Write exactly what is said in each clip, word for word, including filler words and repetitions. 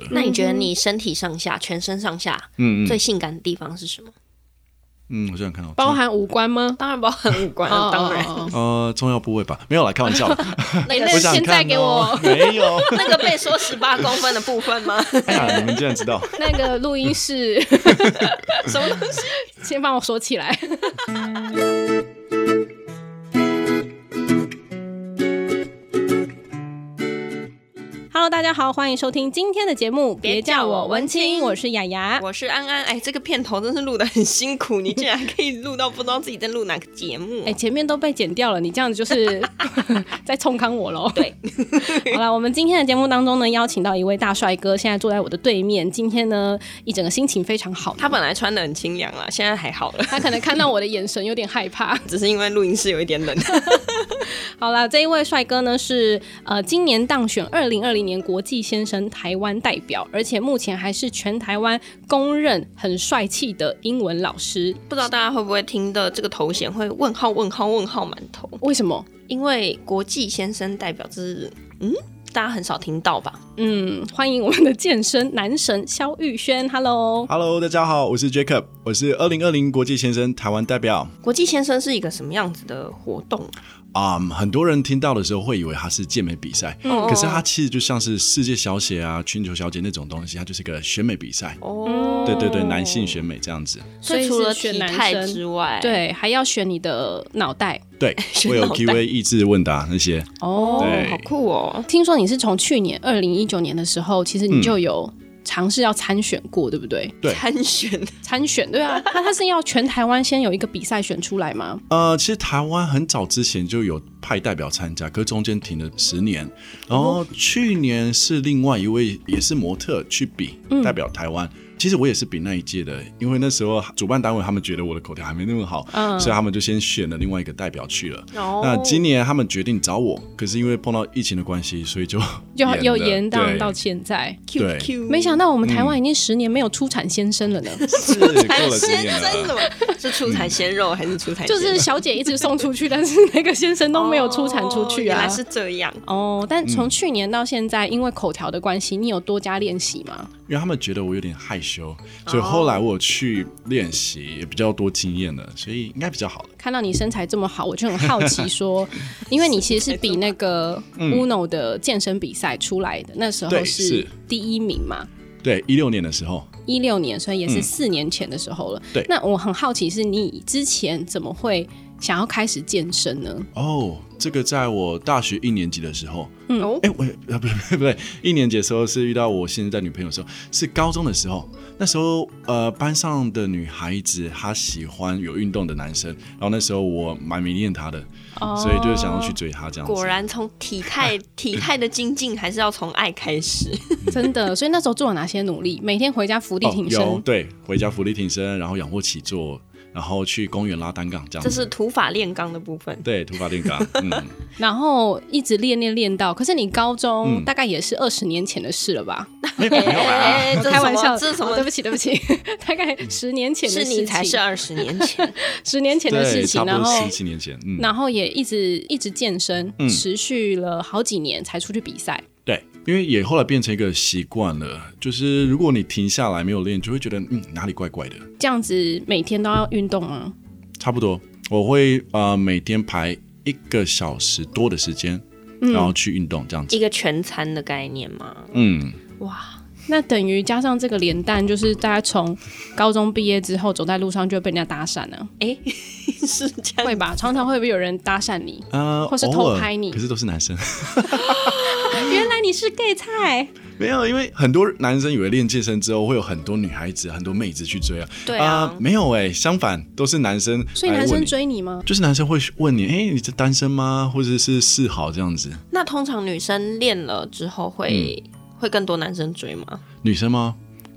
那你觉得你身体上下全身上下嗯最性感的地方是什么？ 嗯，我想看到包含五官吗？ 当然包含五官了，当然。 呃，重要部位吧，没有啦，开玩笑的。 那个现在给我没有那个被说十八公分的部分吗？ 哎呀，你们竟然知道？ 那个录音室什么东西？ 先帮我说起来。Hello， 大家好，欢迎收听今天的节目。别叫我文青，我是雅雅， 我是安安。哎，这个片头真是录得很辛苦，你竟然可以录到不知道自己在录哪个节目。 哎，前面都被剪掉了，你这样子就是在冲康我咯。 对， 好了，我们今天的节目当中呢，邀请到一位大帅哥，现在坐在我的对面。今天呢，一整个心情非常好。 他本来穿得很清凉啦，现在还好了。 他可能看到我的眼神有点害怕， 只是因为录音室有一点冷。 好啦，这一位帅哥呢是呃今年当选二零二零年国际先生台湾代表，而且目前还是全台湾公认很帅气的英文老师。 不知道大家会不会听的这个头衔会问号问号问号满头？ 为什么？ 因为国际先生代表这是嗯。大家很少听到吧？ 嗯，欢迎我们的健身男神萧玉轩 ，Hello，Hello， Hello， 大家好，我是 Jacob， 我是二零二零国际先生台湾代表。 国际先生是一个什么样子的活动？ 啊、um, 很多人听到的时候会以为它是健美比赛、嗯、可是它其实就像是世界小姐啊、全球小姐那种东西，它就是一个选美比赛。哦，对对对，男性选美这样子。 所以除了体态之外， 对，还要选你的脑袋。 对，会有 Q A 益智问答那些。 哦， 好酷哦！ 听说你是从去年二零一九年的时候，其实你就有、嗯尝试要参选过，对不对？ 对， 参选参选，对啊，他他是要全台湾先有一个比赛选出来吗？ 呃，其实台湾很早之前就有派代表参加，可是中间停了十年，然后去年是另外一位也是模特去比、嗯、代表台湾。其实我也是比那一届的，因为那时候主办单位他们觉得我的口条还没那么好、嗯、所以他们就先选了另外一个代表去了、哦、那今年他们决定找我，可是因为碰到疫情的关系，所以就就又延到到现在。 对， 没想到我们台湾已经十年没有出产先生了呢。 是过了十年了， 是出产鲜肉还是出产鲜肉？ 就是小姐一直送出去，但是那个先生都没有出产出去啊。 哦、原来是这样哦。但从去年到现在、嗯，因为口条的关系，你有多加练习吗？ 因为他们觉得我有点害羞，所以后来我去练习也比较多经验了，所以应该比较好了。 看到你身材这么好，我就很好奇说，因为你其实是比那个 U N O 的健身比赛出来的，嗯、那时候是第一名嘛？ 对，一六年的时候。 一六年，所以也是四年前的时候了。嗯、对，那我很好奇，是你之前怎么会想要开始健身呢？ 哦，这个在我大学一年级的时候，嗯，哎，我啊，不对不对，一年级的时候是遇到我现在女朋友的时候，是高中的时候。那时候呃，班上的女孩子她喜欢有运动的男生，然后那时候我蛮迷恋她的，哦、所以就想要去追她这样子。 果然从体态体态的精进还是要从爱开始， 真的。所以那时候做了哪些努力？每天回家伏地挺身， 哦、有对，回家伏地挺身，然后仰卧起坐。然后去公园拉单杠这样子， 这是土法炼钢的部分。 对，土法炼钢。嗯， 然后一直练练练到，可是你高中、嗯、大概也是二十年前的事了吧？ 没有没有哎， 开玩笑， 这是什么？ 对不起对不起，大概十年前的事情。 是你才是二十年前， 十年前的事情， 然后十几年前、嗯， 然后也一直一直健身、嗯，持续了好几年才出去比赛。 对，因为也后来变成一个习惯了，就是如果你停下来没有练，就会觉得嗯哪里怪怪的。 这样子每天都要运动吗？ 差不多，我会呃每天排一个小时多的时间，嗯、然后去运动这样子。 一个全餐的概念吗？ 嗯， 哇，那等于加上这个连弹，就是大家从高中毕业之后走在路上就会被人家搭讪了。 哎，是这样会吧？常常会不会有人搭讪你，呃，或是偷拍你？ 可是都是男生。 原来你是 gay 菜。 没有，因为很多男生以为练健身之后会有很多女孩子、很多妹子去追啊。 对啊， 呃、没有哎、欸，相反都是男生。 所以男生追你吗？ 就是男生会问你，哎、欸，你是单身吗？或者是示好这样子。 那通常女生练了之后会、嗯、会更多男生追吗？ 女生吗？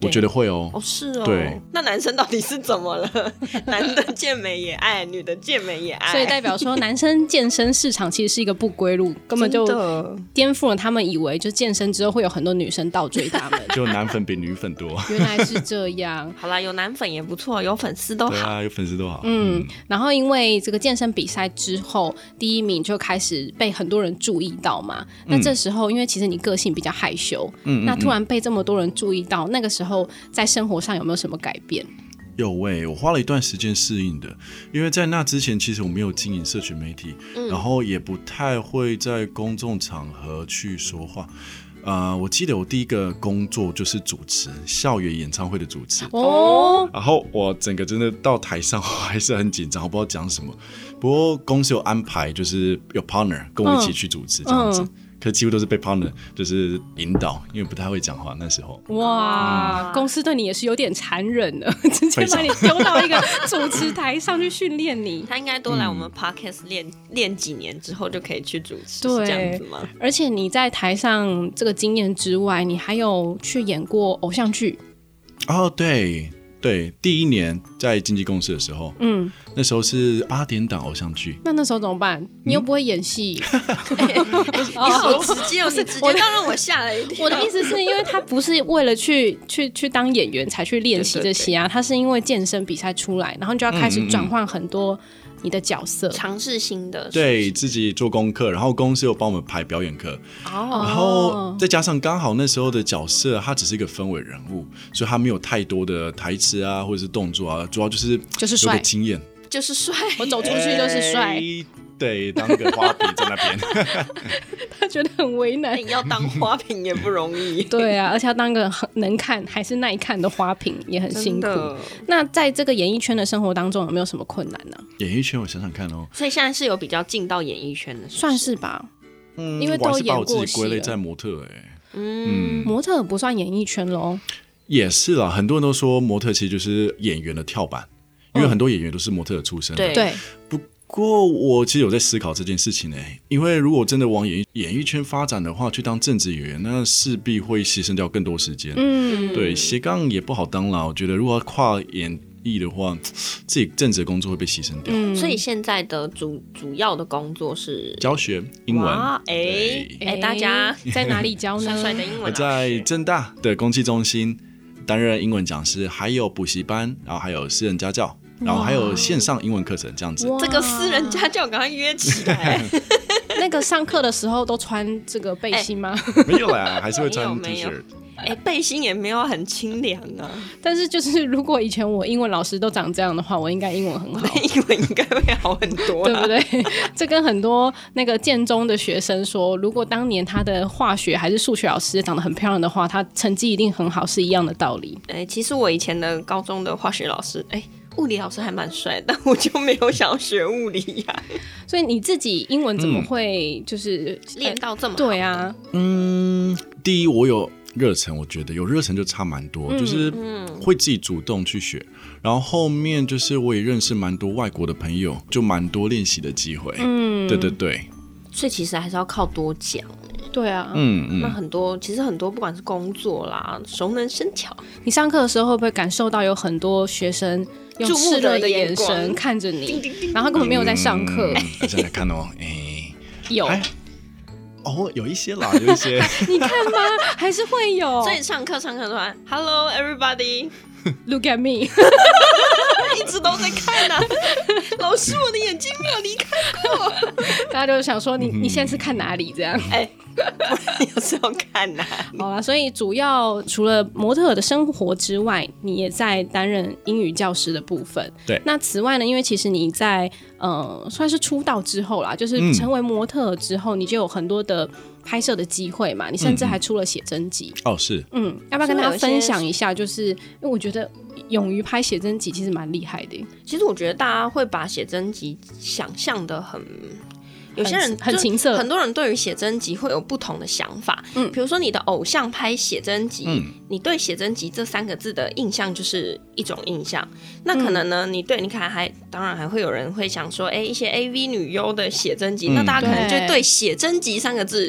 我觉得会哦。 哦，是哦。 对， 那男生到底是怎么了？男的健美也爱，女的健美也爱， 所以代表说男生健身市场其实是一个不归路，根本就颠覆了他们以为就健身之后会有很多女生倒追他们， 就男粉比女粉多。 原来是这样。 好啦，有男粉也不错，有粉丝都好。 对啊，有粉丝都好。 嗯，嗯然后因为这个健身比赛之后，第一名就开始被很多人注意到嘛。那这时候，因为其实你个性比较害羞，嗯，那突然被这么多人注意到，那个时候在生活上有没有什么改变？ 有喂、欸，我花了一段时间适应的，因为在那之前其实我没有经营社群媒体，嗯、然后也不太会在公众场合去说话。呃，我记得我第一个工作就是主持校园演唱会的主持哦，然后我整个真的到台上我还是很紧张，我不知道讲什么。不过公司有安排，就是有 partner 跟我一起去主持这样子。嗯嗯可几乎都是被 partner 就是引导，因为不太会讲话那时候。 哇、嗯，公司对你也是有点残忍的，直接把你丢到一个主持台上去训练你。 他应该多来我们 podcast 练练、嗯、几年之后就可以去主持，是这样子吗？ 而且你在台上这个经验之外，你还有去演过偶像剧。 哦，对。对，第一年在经纪公司的时候，嗯，那时候是八点档偶像剧。 那那时候怎么办？你又不会演戏， 欸、你好直接，我是直接让我吓了一跳。 我的意思是因为他不是为了去去去当演员才去练习这些啊，他是因为健身比赛出来，然后你就要开始转换很多你的角色， 尝试新的， 对自己做功课，然后公司有帮我们排表演课，哦，然后再加上刚好那时候的角色，他只是一个氛围人物，所以他没有太多的台词啊，或者是动作啊，主要就是就是帅， 有个经验， 就是帅， 我走出去就是帅。 欸对，当个花瓶在那边， 他觉得很为难。 你要当花瓶也不容易。 对啊，而且要当个能看还是耐看的花瓶也很辛苦。那在这个演艺圈的生活当中，有没有什么困难呢？ 演艺圈我想想看哦， 所以现在是有比较进到演艺圈的是不是， 算是吧。 嗯， 因为都演过戏了。 我还是把我自己归类在模特哎、欸。 嗯，模特不算演艺圈咯。 也是啦，很多人都说模特其实就是演员的跳板，因为很多演员都是模特的出身的。 对。 不不过我其实有在思考这件事情呢、欸，因为如果真的往演艺演艺圈发展的话，去当正职演员，那势必会牺牲掉更多时间。嗯，对，斜杠也不好当啦。我觉得如果要跨演艺的话，自己正职的工作会被牺牲掉。 嗯，所以现在的主主要的工作是教学英文。 哎哎、欸，大家在哪里教呢？ 帅帅的英文老师。 我在政大的公企中心担任英文讲师，还有补习班，然后还有私人家教。然后还有线上英文课程这样子， 这个私人家教赶快约起来。 那个上课的时候都穿这个背心吗？ 欸、没有啦，还是会穿 T 恤。 哎、欸，背心也没有很清凉啊。 但是就是如果以前我英文老师都长这样的话，我应该英文很好， 英文应该会好很多， 对不对？这跟很多那个建中的学生说，如果当年他的化学还是数学老师长得很漂亮的话，他成绩一定很好，是一样的道理。 哎、欸，其实我以前的高中的化学老师，哎、欸。物理老师还蛮帅，但我就没有想要学物理呀、啊。 所以你自己英文怎么会就是练、嗯、到这么好？ 对啊， 嗯，第一我有热忱，我觉得有热忱就差蛮多、嗯，就是会自己主动去学。然后后面就是我也认识蛮多外国的朋友，就蛮多练习的机会。嗯，对对对。 所以其实还是要靠多讲。 对啊， 嗯嗯， 那很多其实很多不管是工作啦，熟能生巧。 你上课的时候会不会感受到有很多学生用炽热的眼神看着你，叮叮叮，然后他根本没有在上课？ 大家来看哦，哎、欸， 有。 哦，有一些啦，有一些。 你看吗？还是会有。 所以上课上课突然 ，Hello everybody， look at me， 一直都在看啊。老师，我的眼睛没有离开过。 大家就想说你，你你现在是看哪里？这样， 哎、欸，我有时候看哪里？ 好啦，所以主要除了模特的生活之外，你也在担任英语教师的部分。 对。 那此外呢，因为其实你在呃算是出道之后啦，就是成为模特之后，嗯、你就有很多的拍摄的机会嘛，你甚至还出了写真集。 哦，是。 嗯，要不要跟大家分享一下？就是因为我觉得勇于拍写真集其实蛮厉害的。 其实我觉得大家会把写真集想象的很。有些人很情色， 很多人对于写真集会有不同的想法。嗯，比如说你的偶像拍写真集，嗯，你对写真集这三个字的印象就是一种印象。那可能呢，嗯、你对你看还当然还会有人会想说，哎、欸，一些 A V 女优的写真集、嗯，那大家可能就对写真集三个字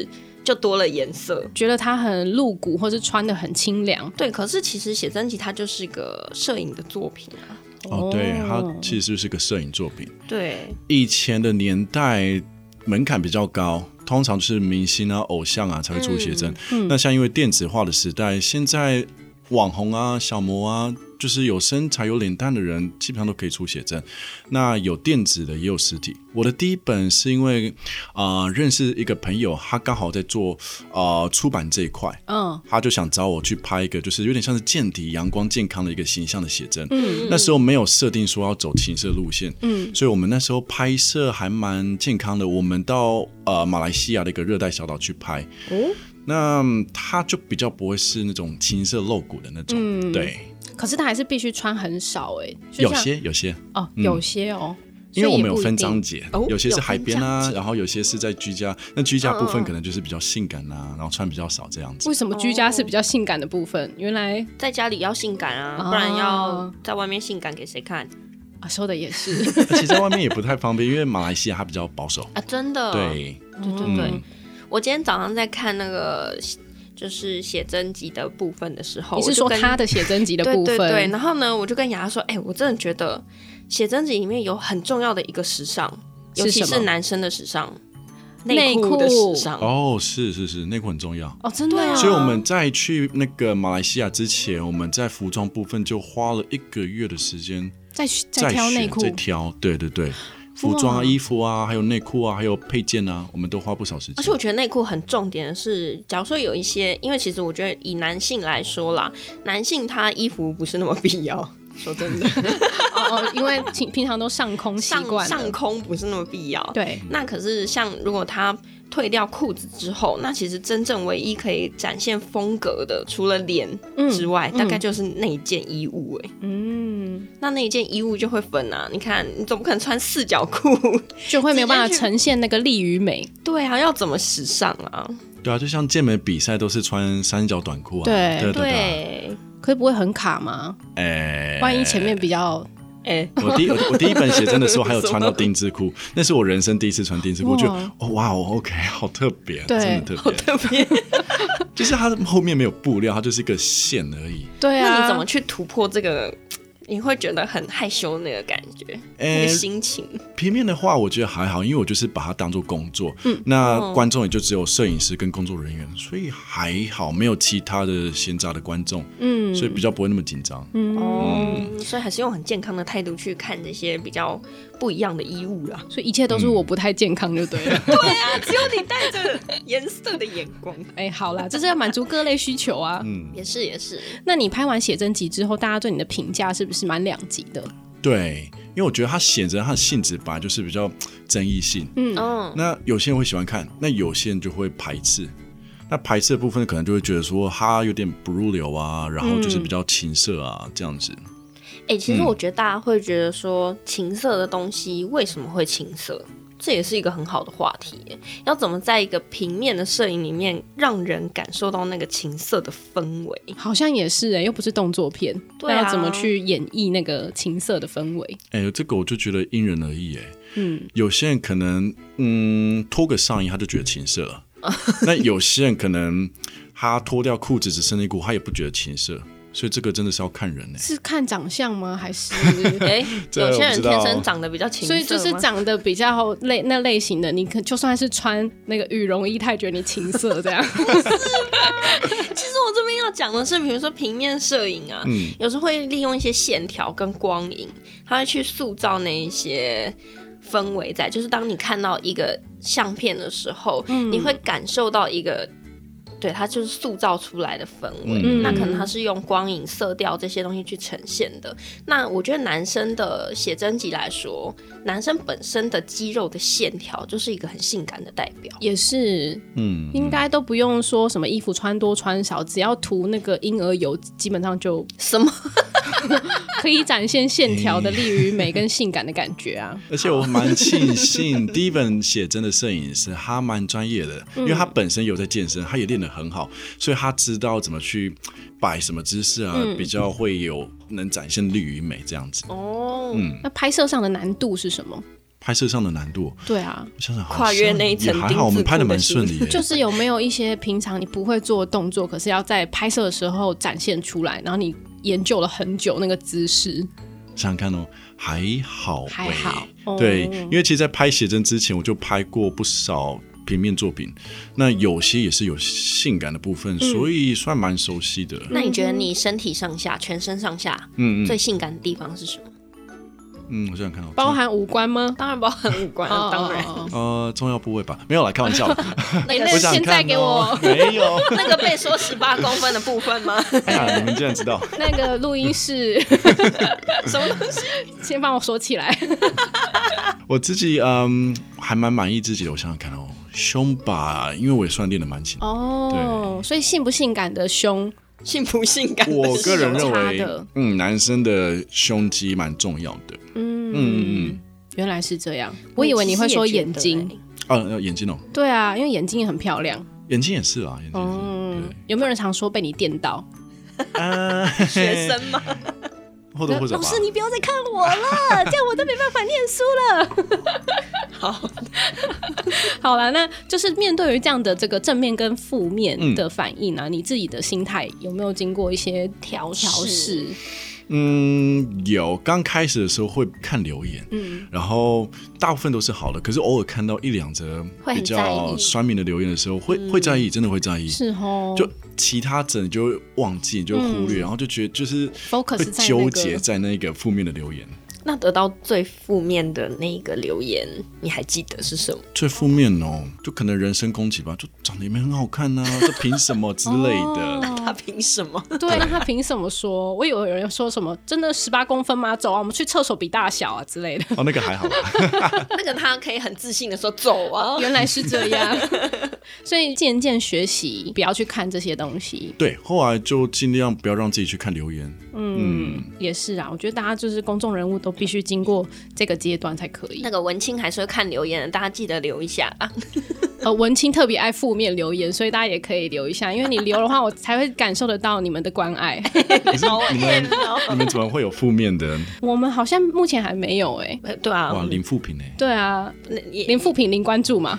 就多了颜色， 觉得它很露骨，或是穿得很清凉。 对，可是其实写真集它就是一个摄影的作品啊。 哦，对，它其实是个摄影作品。 对， 以前的年代门槛比较高，通常就是明星啊、偶像啊才会出写真。嗯嗯、那像因为电子化的时代，现在网红啊、小模啊，就是有身材有脸蛋的人基本上都可以出写真。那有电子的也有实体。我的第一本是因为啊、呃、认识一个朋友，他刚好在做呃出版这一块，嗯，他就想找我去拍一个就是有点像是健体阳光健康的一个形象的写真。嗯，那时候没有设定说要走情色路线，嗯，所以我们那时候拍摄还蛮健康的。我们到呃马来西亚的一个热带小岛去拍，哦，那它就比较不会是那种情色露骨的那种，嗯、对。 可是他还是必须穿很少哎、欸， 有些有些哦，嗯、有些哦， 因为我们有分章节，哦、有些是海边啊，然后有些是在居家，那居家部分可能就是比较性感啊，嗯、然后穿比较少这样子。 为什么居家是比较性感的部分？哦、原来在家里要性感啊，哦、不然要在外面性感给谁看？ 啊，说的也是， 而且在外面也不太方便，因为马来西亚它比较保守啊，真的， 对， 对对对。嗯、我今天早上在看那个。就是写真集的部分的时候， 你是说他的写真集的部分？ 对对对。然后呢，我就跟雅雅说：“哎、欸，我真的觉得写真集里面有很重要的一个时尚，尤其是男生的时尚，内裤的时尚。 哦，是是是，内裤很重要哦，真的、啊。 所以我们在去那个马来西亚之前，我们在服装部分就花了一个月的时间在在挑内裤， 在挑，对对对。”服装啊、衣服啊，还有内裤啊，还有配件啊，我们都花不少时间。 而且我觉得内裤很重点的是，假如说有一些，因为其实我觉得以男性来说啦，男性他衣服不是那么必要。说真的， 哦，因为平常都上空习惯了， 上空不是那么必要。 对， 那可是像如果他退掉裤子之后，那其实真正唯一可以展现风格的，除了脸之外，嗯、大概就是那一件衣物、欸。哎，嗯，那那一件衣物就会分啊。你看，你总不可能穿四角裤， 就会没有办法呈现那个力与美。 对啊，要怎么时尚啊？ 对啊，就像健美比赛都是穿三角短裤啊。 对对 对, 对, 对。 可是不会很卡吗？哎、欸，万一前面比较哎、欸， 我第 我, 我第一本写真的时候还有穿到丁字裤，那是我人生第一次穿丁字裤，我觉得哦哇哦 ，OK， 好特别，真的特别， 好特别。 就是它后面没有布料，它就是一个线而已。 对啊， 那你怎么去突破这个？你会觉得很害羞那个感觉，欸、那个心情。 平面的话，我觉得还好，因为我就是把它当做工作。嗯，那观众也就只有摄影师跟工作人员，所以还好，没有其他的闲杂的观众。嗯，所以比较不会那么紧张。 嗯，哦、嗯，所以还是用很健康的态度去看这些比较不一样的衣物啦。 所以一切都是我不太健康就对了。 对啊，只有你带着颜色的眼光。 哎、欸，好啦，这是要满足各类需求啊。 嗯，也是也是。 那你拍完写真集之后，大家对你的评价是不是是蛮两极的？ 对，因为我觉得它显着它的性质本来就是比较争议性，嗯，那有些人会喜欢看，那有些人就会排斥。那排斥的部分可能就会觉得说它有点不入流啊，然后就是比较情色啊、嗯、这样子。 哎、欸，其实我觉得大家会觉得说情色的东西为什么会情色？这也是一个很好的话题耶，要怎么在一个平面的摄影里面让人感受到那个情色的氛围？ 好像也是耶，又不是动作片，对、啊，要怎么去演绎那个情色的氛围？ 哎、欸，这个我就觉得因人而异哎。嗯，有些人可能嗯脱个上衣他就觉得情色了，那有些人可能他脱掉裤子只剩内裤，他也不觉得情色。所以这个真的是要看人呢、欸， 是看长相吗？还是哎、欸，有些人天生长得比较情色， 所以就是长得比较类那类型的，你可就算是穿那个羽绒衣，他也觉得你情色这样。 不是吧？其实我这边要讲的是，比如说平面摄影啊，嗯、有时候会利用一些线条跟光影，它会去塑造那一些氛围在，就是当你看到一个相片的时候，嗯、你会感受到一个。对，它就是塑造出来的氛围、嗯、那可能它是用光影色调这些东西去呈现的。那我觉得男生的写真集来说，男生本身的肌肉的线条就是一个很性感的代表， 也是嗯，应该都不用说什么衣服穿多穿少，只要涂那个婴儿油基本上就什么可以展现线条的力与美跟性感的感觉啊。 而且我蛮庆幸第一本写真的摄影师他蛮专业的、嗯、因为他本身有在健身，他也练得很好，所以他知道怎么去摆什么姿势啊、嗯、比较会有能展现力与美这样子。 哦，嗯，那拍摄上的难度是什么？ 拍摄上的难度， 对啊， 我想想跨越那一层也还好，我们拍的蛮顺利的。 就是有没有一些平常你不会做的动作，可是要在拍摄的时候展现出来，然后你研究了很久那个姿势？ 想想看哦，还好， 还好， 对， 哦、 因为其实，在拍写真之前，我就拍过不少平面作品，那有些也是有性感的部分，嗯、所以算蛮熟悉的。 那你觉得你身体上下、全身上下，嗯，最性感的地方是什么？ 嗯，我想想看， 包含五官吗？ 当然包含五官，哦、当然。 呃，重要部位吧，没有啦，开玩笑。 那个现在给我没有那个被说十八公分的部分吗？ 哎呀，你们竟然知道？ 那个录音室什么东西？ 先帮我说起来。 我自己嗯还蛮满意自己的，我想想看哦，胸吧，因为我也算练得蛮紧哦，所以性不性感的胸？ 性不性感的我个人认为，嗯，男生的胸肌蛮重要的。 嗯嗯嗯，原来是这样，我以为你会说眼睛。 哦，眼睛哦。 对啊，因为眼睛也很漂亮。 眼睛也是啊，眼睛也是。 嗯，有没有人常说被你电到？ 呃，学生吗？ 或者或者老师，你不要再看我了，这样我都没办法念书了。 好， 好了，那就是面对于这样的这个正面跟负面的反应啊，嗯、你自己的心态有没有经过一些调试？ 嗯，有。刚开始的时候会看留言，嗯，然后大部分都是好的，可是偶尔看到一两则比较酸民的留言的时候，会、嗯、会在意，真的会在意。 是哦， 就其他者你就会忘记，你就会忽略，嗯、然后就觉得就是会纠结在那个负面的留言。 那得到最负面的那个留言，你还记得是什么？ 最负面哦，就可能人身攻击吧，就长得也没很好看啊，这凭什么之类的？ 哦、他凭什么？ 对，那他凭什么说？我以为有人说什么真的十八公分吗？走啊，我们去厕所比大小啊之类的。 哦，那个还好吧。 那个他可以很自信的说走啊。 原来是这样，所以渐渐学习不要去看这些东西。 对，后来就尽量不要让自己去看留言。 嗯，嗯也是啊，我觉得大家就是公众人物都必须经过这个阶段才可以。 那个文青还是会看留言的，大家记得留一下啊。 呃，文青特别爱负面留言，所以大家也可以留一下，因为你留的话，我才会感受得到你们的关爱。 可是你们你们怎么会有负面的？ 我们好像目前还没有哎、 欸。对啊， 哇，零负评哎。 对啊，零负评零关注嘛。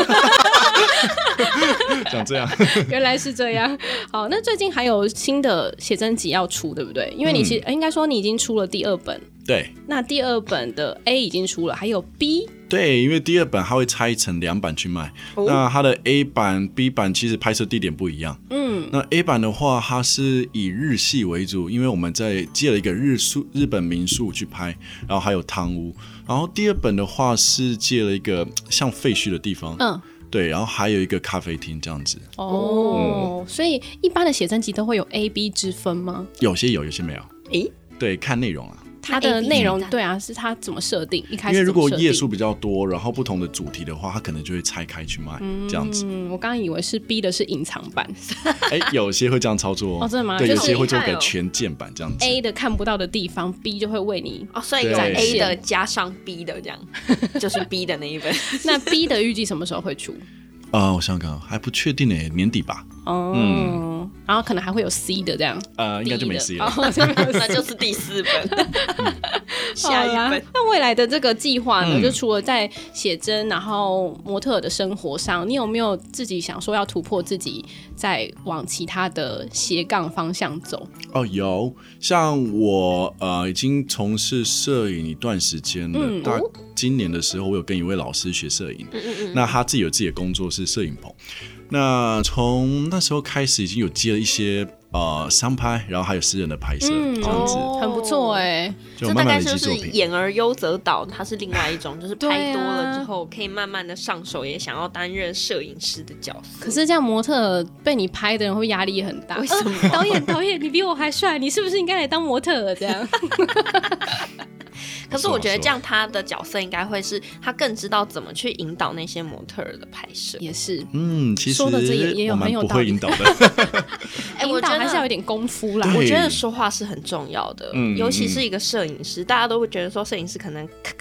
讲这样， 原来是这样。好，那最近还有新的写真集要出，对不对？因为你其实、嗯、应该说你已经出了第二本。 对， 那第二本的 A 已经出了，还有 B。 对，因为第二本它会拆成两版去卖，哦、那它的 A 版、B 版其实拍摄地点不一样。嗯，那 A 版的话，它是以日系为主，因为我们在借了一个日宿日本民宿去拍，然后还有汤屋。然后第二本的话是借了一个像废墟的地方。嗯。对，然后还有一个咖啡厅这样子。 哦、嗯，所以一般的写真集都会有 A、B 之分吗？ 有些有，有些没有。 诶， 对，看内容啊。 它的内容对啊，是它怎么设定？一开始因为如果页数比较多，然后不同的主题的话，它可能就会拆开去卖、嗯、这样子。 嗯，我刚刚以为是 B 的是隐藏版。 哎，有些会这样操作 哦, 哦， 真的吗？ 对，有些会做个全件版这样子。 A 的看不到的地方 ，B 就会为你哦，所以有 A 的加上 B 的这样，就是 B 的那一本。 那 B 的预计什么时候会出？ 啊、呃，我想想看，还不确定诶，年底吧。 哦，嗯，然后可能还会有 C 的这样。 呃，应该就没 C 了， 哦、 那就是第四本。嗯、下一本。 那未来的这个计划呢？ 嗯、 就除了在写真，然后模特的生活上，你有没有自己想说要突破自己，再往其他的斜杠方向走？ 哦，有，像我呃已经从事摄影一段时间了，嗯、大概今年的时候，我有跟一位老师学摄影，嗯嗯嗯那他自己有自己的工作室摄影棚。那从那时候开始，已经有接了一些呃商拍，然后还有私人的拍摄，嗯、这样子、 哦、很不错哎。 就慢慢累积作品。 这大概就是演而优则导，它是另外一种，就是拍多了之后，可以慢慢的上手，也想要担任摄影师的角色。 可是这样模特被你拍的人会压力很大。 为什么？ 呃、导演导演，你比我还帅，你是不是应该来当模特了？这样。 可是我觉得这样他的角色应该会是他更知道怎么去引导那些模特儿的拍摄。 也是， 嗯，其实说的这也也有很有道理，我蛮不会引导的。 哎、欸，我觉得还是要有点功夫啦。 我觉得说话是很重要的，嗯、尤其是一个摄影师，大家都会觉得说摄影师可能咔咔咔啪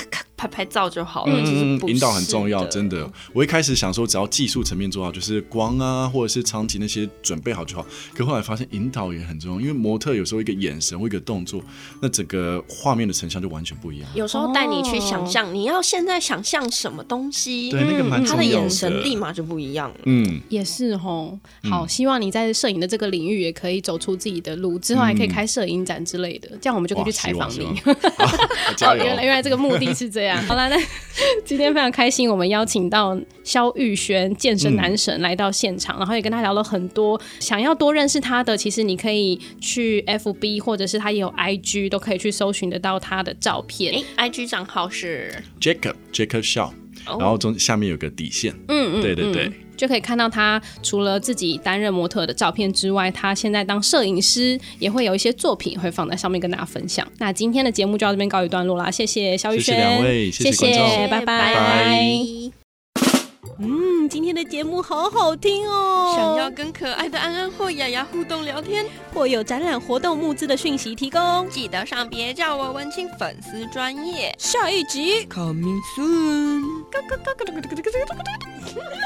拍拍照就好了。嗯，其实不是的， 引导很重要，真的。我一开始想说，只要技术层面做好，就是光啊，或者是场景那些准备好就好。可后来发现引导也很重要，因为模特有时候一个眼神或一个动作，那整个画面的成像就完全不一样。 有时候带你去想象，哦、你要现在想象什么东西， 对，那个蛮重要的， 他的眼神立马就不一样了。 嗯，也是齁。好，希望你在摄影的这个领域也可以走出自己的路，之后还可以开摄影展之类的，这样我们就可以去采访你。 加油！ 原来原来这个目的是这样。好啦，那今天非常开心，我们邀请到萧玉轩健身男神来到现场，嗯、然后也跟他聊了很多。想要多认识他的，其实你可以去 F B 或者是他也有 I G， 都可以去搜寻得到他的照片。 欸、I G 账号是 Jacob Jacob Shaw，oh. 然后中下面有个底线。 嗯嗯， 对对对。 就可以看到他除了自己担任模特的照片之外，他现在当摄影师也会有一些作品会放在上面跟大家分享。那今天的节目就到这边告一段落啦，谢谢萧玉轩， 谢谢两位，谢谢观众，拜拜。 拜拜。 嗯，今天的节目好好听哦！ 想要跟可爱的安安或雅雅互动聊天， 或有展览活动募资的讯息提供， 记得上别叫我文青粉丝专页。 下一集 Coming soon。